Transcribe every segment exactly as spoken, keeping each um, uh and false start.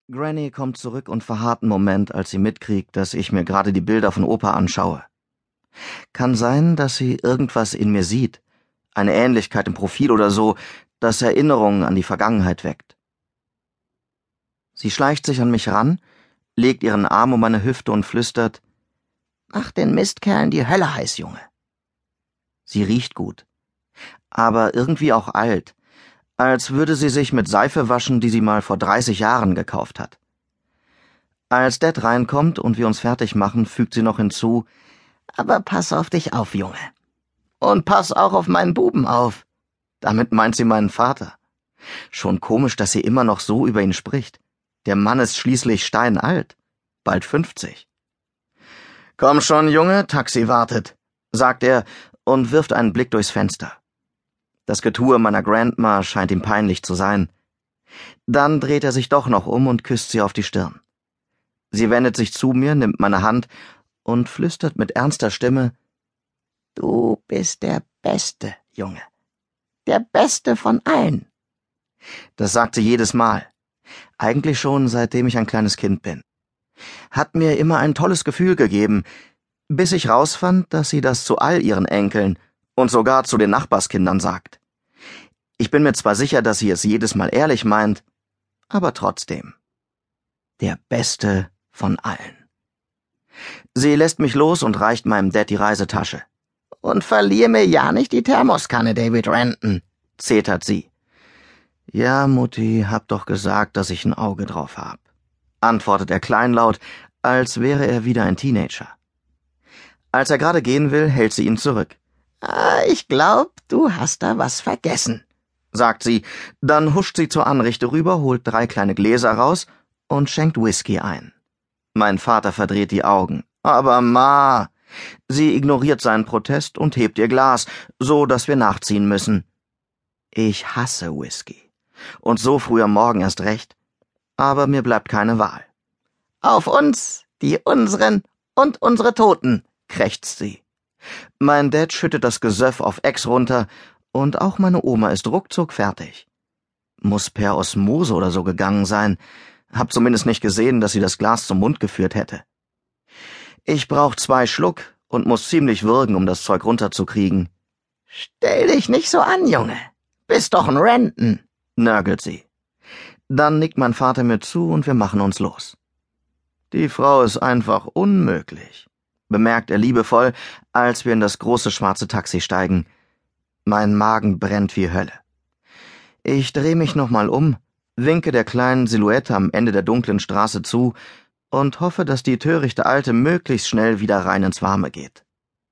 Granny kommt zurück und verharrt einen Moment, als sie mitkriegt, dass ich mir gerade die Bilder von Opa anschaue. Kann sein, dass sie irgendwas in mir sieht, eine Ähnlichkeit im Profil oder so, das Erinnerungen an die Vergangenheit weckt. Sie schleicht sich an mich ran, legt ihren Arm um meine Hüfte und flüstert: »Mach den Mistkerlen die Hölle heiß, Junge.« Sie riecht gut, aber irgendwie auch alt, als würde sie sich mit Seife waschen, die sie mal vor dreißig Jahren gekauft hat. Als Dad reinkommt und wir uns fertig machen, fügt sie noch hinzu: »Aber pass auf dich auf, Junge. Und pass auch auf meinen Buben auf.« Damit meint sie meinen Vater. Schon komisch, dass sie immer noch so über ihn spricht. Der Mann ist schließlich steinalt, bald fünfzig. »Komm schon, Junge, Taxi wartet«, sagt er und wirft einen Blick durchs Fenster. Das Getue meiner Grandma scheint ihm peinlich zu sein. Dann dreht er sich doch noch um und küsst sie auf die Stirn. Sie wendet sich zu mir, nimmt meine Hand und flüstert mit ernster Stimme: »Du bist der Beste, Junge. Der Beste von allen.« Das sagt sie jedes Mal. Eigentlich schon, seitdem ich ein kleines Kind bin. Hat mir immer ein tolles Gefühl gegeben, bis ich rausfand, dass sie das zu all ihren Enkeln und sogar zu den Nachbarskindern sagt. Ich bin mir zwar sicher, dass sie es jedes Mal ehrlich meint, aber trotzdem. Der Beste von allen. Sie lässt mich los und reicht meinem Dad die Reisetasche. »Und verlier mir ja nicht die Thermoskanne, David Renton«, zetert sie. »Ja, Mutti, hab doch gesagt, dass ich ein Auge drauf hab«, antwortet er kleinlaut, als wäre er wieder ein Teenager. Als er gerade gehen will, hält sie ihn zurück. »Ah, ich glaub, du hast da was vergessen«, sagt sie, dann huscht sie zur Anrichte rüber, holt drei kleine Gläser raus und schenkt Whisky ein. Mein Vater verdreht die Augen. »Aber Ma!« Sie ignoriert seinen Protest und hebt ihr Glas, so dass wir nachziehen müssen. Ich hasse Whisky. Und so früh am Morgen erst recht. Aber mir bleibt keine Wahl. »Auf uns, die unseren und unsere Toten«, krächzt sie. Mein Dad schüttet das Gesöff auf Ex runter und auch meine Oma ist ruckzuck fertig. Muss per Osmose oder so gegangen sein. Hab zumindest nicht gesehen, dass sie das Glas zum Mund geführt hätte. Ich brauch zwei Schluck und muss ziemlich würgen, um das Zeug runterzukriegen. »Stell dich nicht so an, Junge. Bist doch ein Renton«, nörgelt sie. Dann nickt mein Vater mir zu und wir machen uns los. »Die Frau ist einfach unmöglich«, bemerkt er liebevoll, als wir in das große schwarze Taxi steigen. Mein Magen brennt wie Hölle. Ich drehe mich nochmal um, winke der kleinen Silhouette am Ende der dunklen Straße zu und hoffe, dass die törichte Alte möglichst schnell wieder rein ins Warme geht.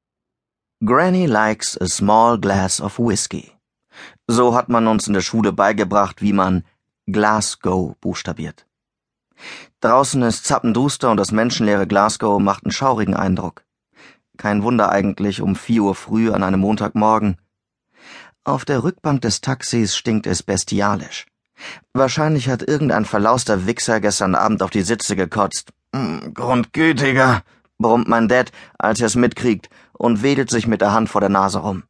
Granny likes a small glass of whiskey. So hat man uns in der Schule beigebracht, wie man Glasgow buchstabiert. Draußen ist zappenduster und das menschenleere Glasgow macht einen schaurigen Eindruck. Kein Wunder eigentlich um vier Uhr früh an einem Montagmorgen. Auf der Rückbank des Taxis stinkt es bestialisch. Wahrscheinlich hat irgendein verlauster Wichser gestern Abend auf die Sitze gekotzt. Hm, Grundgütiger, brummt mein Dad, als er es mitkriegt, und wedelt sich mit der Hand vor der Nase rum.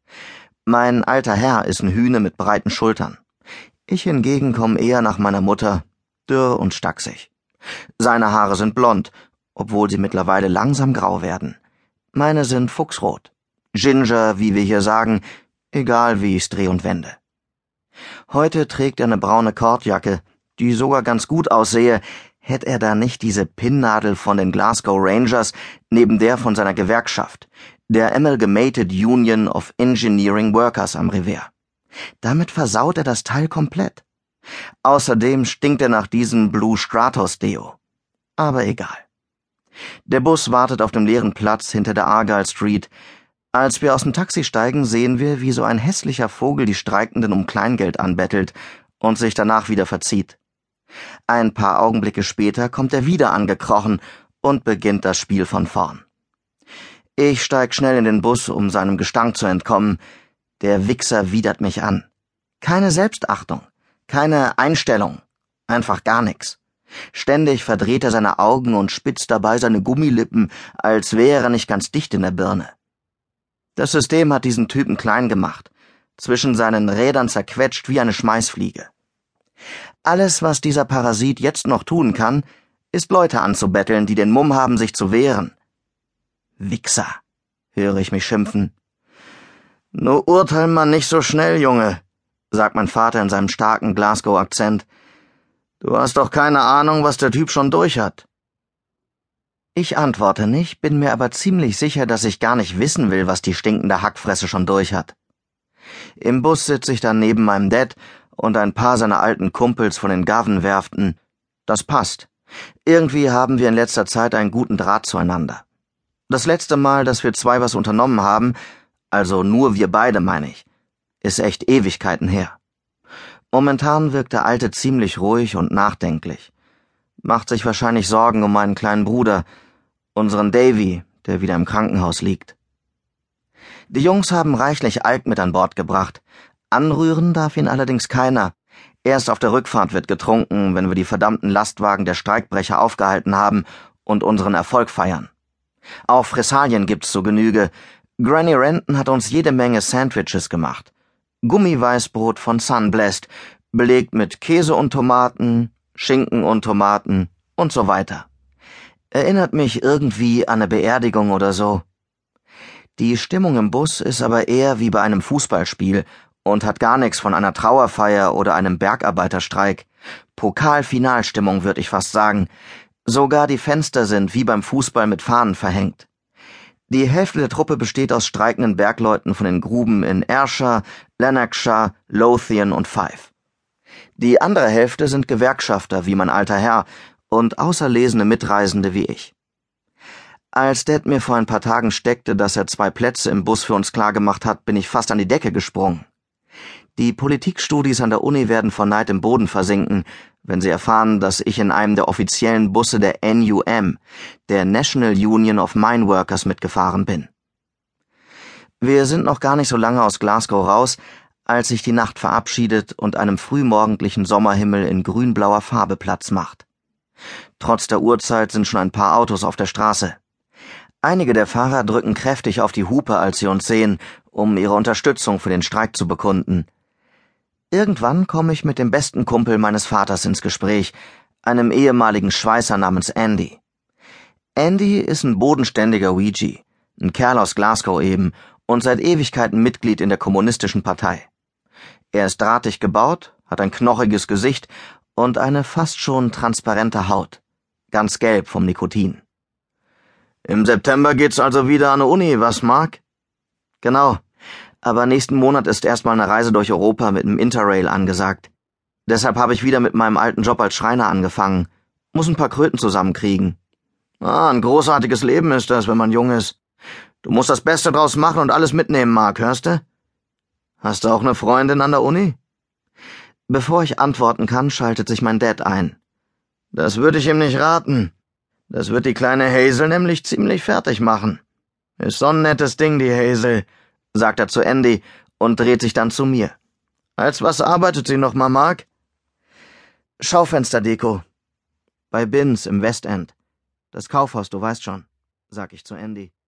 Mein alter Herr ist ein Hühne mit breiten Schultern. Ich hingegen komme eher nach meiner Mutter, dürr und stacksig. Seine Haare sind blond, obwohl sie mittlerweile langsam grau werden. Meine sind fuchsrot. Ginger, wie wir hier sagen, egal wie ich's dreh und wende. Heute trägt er eine braune Kordjacke, die sogar ganz gut aussehe, hätte er da nicht diese Pinnnadel von den Glasgow Rangers neben der von seiner Gewerkschaft, der Amalgamated Union of Engineering Workers, am Revers. Damit versaut er das Teil komplett. Außerdem stinkt er nach diesem Blue Stratos Deo. Aber egal. Der Bus wartet auf dem leeren Platz hinter der Argyle Street. Als wir aus dem Taxi steigen, sehen wir, wie so ein hässlicher Vogel die Streikenden um Kleingeld anbettelt und sich danach wieder verzieht. Ein paar Augenblicke später kommt er wieder angekrochen und beginnt das Spiel von vorn. Ich steig schnell in den Bus, um seinem Gestank zu entkommen. Der Wichser widert mich an. Keine Selbstachtung, keine Einstellung, einfach gar nix. Ständig verdreht er seine Augen und spitzt dabei seine Gummilippen, als wäre er nicht ganz dicht in der Birne. Das System hat diesen Typen klein gemacht, zwischen seinen Rädern zerquetscht wie eine Schmeißfliege. Alles, was dieser Parasit jetzt noch tun kann, ist Leute anzubetteln, die den Mumm haben, sich zu wehren. Wichser, höre ich mich schimpfen. Nur urteil man nicht so schnell, Junge, sagt mein Vater in seinem starken Glasgow-Akzent. Du hast doch keine Ahnung, was der Typ schon durch hat. Ich antworte nicht, bin mir aber ziemlich sicher, dass ich gar nicht wissen will, was die stinkende Hackfresse schon durch hat. Im Bus sitze ich dann neben meinem Dad und ein paar seiner alten Kumpels von den Govan-Werften. Das passt. Irgendwie haben wir in letzter Zeit einen guten Draht zueinander. Das letzte Mal, dass wir zwei was unternommen haben, also nur wir beide, meine ich, ist echt Ewigkeiten her. Momentan wirkt der Alte ziemlich ruhig und nachdenklich. Macht sich wahrscheinlich Sorgen um meinen kleinen Bruder, unseren Davy, der wieder im Krankenhaus liegt. Die Jungs haben reichlich Alk mit an Bord gebracht. Anrühren darf ihn allerdings keiner. Erst auf der Rückfahrt wird getrunken, wenn wir die verdammten Lastwagen der Streikbrecher aufgehalten haben und unseren Erfolg feiern. Auch Fressalien gibt's zu Genüge. Granny Renton hat uns jede Menge Sandwiches gemacht. Gummiweißbrot von Sunblest, belegt mit Käse und Tomaten, Schinken und Tomaten und so weiter. Erinnert mich irgendwie an eine Beerdigung oder so. Die Stimmung im Bus ist aber eher wie bei einem Fußballspiel und hat gar nichts von einer Trauerfeier oder einem Bergarbeiterstreik. Pokalfinalstimmung, würde ich fast sagen. Sogar die Fenster sind wie beim Fußball mit Fahnen verhängt. Die Hälfte der Truppe besteht aus streikenden Bergleuten von den Gruben in Ayrshire, Lanarkshire, Lothian und Fife. Die andere Hälfte sind Gewerkschafter wie mein alter Herr und auserlesene Mitreisende wie ich. Als Dad mir vor ein paar Tagen steckte, dass er zwei Plätze im Bus für uns klargemacht hat, bin ich fast an die Decke gesprungen. Die Politikstudis an der Uni werden vor Neid im Boden versinken, wenn sie erfahren, dass ich in einem der offiziellen Busse der N U M, der National Union of Mine Workers, mitgefahren bin. Wir sind noch gar nicht so lange aus Glasgow raus, als sich die Nacht verabschiedet und einem frühmorgendlichen Sommerhimmel in grünblauer Farbe Platz macht. Trotz der Uhrzeit sind schon ein paar Autos auf der Straße. Einige der Fahrer drücken kräftig auf die Hupe, als sie uns sehen, um ihre Unterstützung für den Streik zu bekunden. Irgendwann komme ich mit dem besten Kumpel meines Vaters ins Gespräch, einem ehemaligen Schweißer namens Andy. Andy ist ein bodenständiger Ouija, ein Kerl aus Glasgow eben und seit Ewigkeiten Mitglied in der kommunistischen Partei. Er ist drahtig gebaut, hat ein knochiges Gesicht und eine fast schon transparente Haut, ganz gelb vom Nikotin. Im September geht's also wieder an die Uni, was, Mark? Genau, aber nächsten Monat ist erstmal eine Reise durch Europa mit dem Interrail angesagt. Deshalb habe ich wieder mit meinem alten Job als Schreiner angefangen. Muss ein paar Kröten zusammenkriegen. Ah, ein großartiges Leben ist das, wenn man jung ist. Du musst das Beste draus machen und alles mitnehmen, Mark, hörst du? Hast du auch eine Freundin an der Uni? Bevor ich antworten kann, schaltet sich mein Dad ein. Das würde ich ihm nicht raten. Das wird die kleine Hazel nämlich ziemlich fertig machen. Ist so ein nettes Ding, die Hazel, sagt er zu Andy und dreht sich dann zu mir. Als was arbeitet sie noch mal, Mark? Schaufensterdeko. Bei Binns im Westend. Das Kaufhaus, du weißt schon, sag ich zu Andy.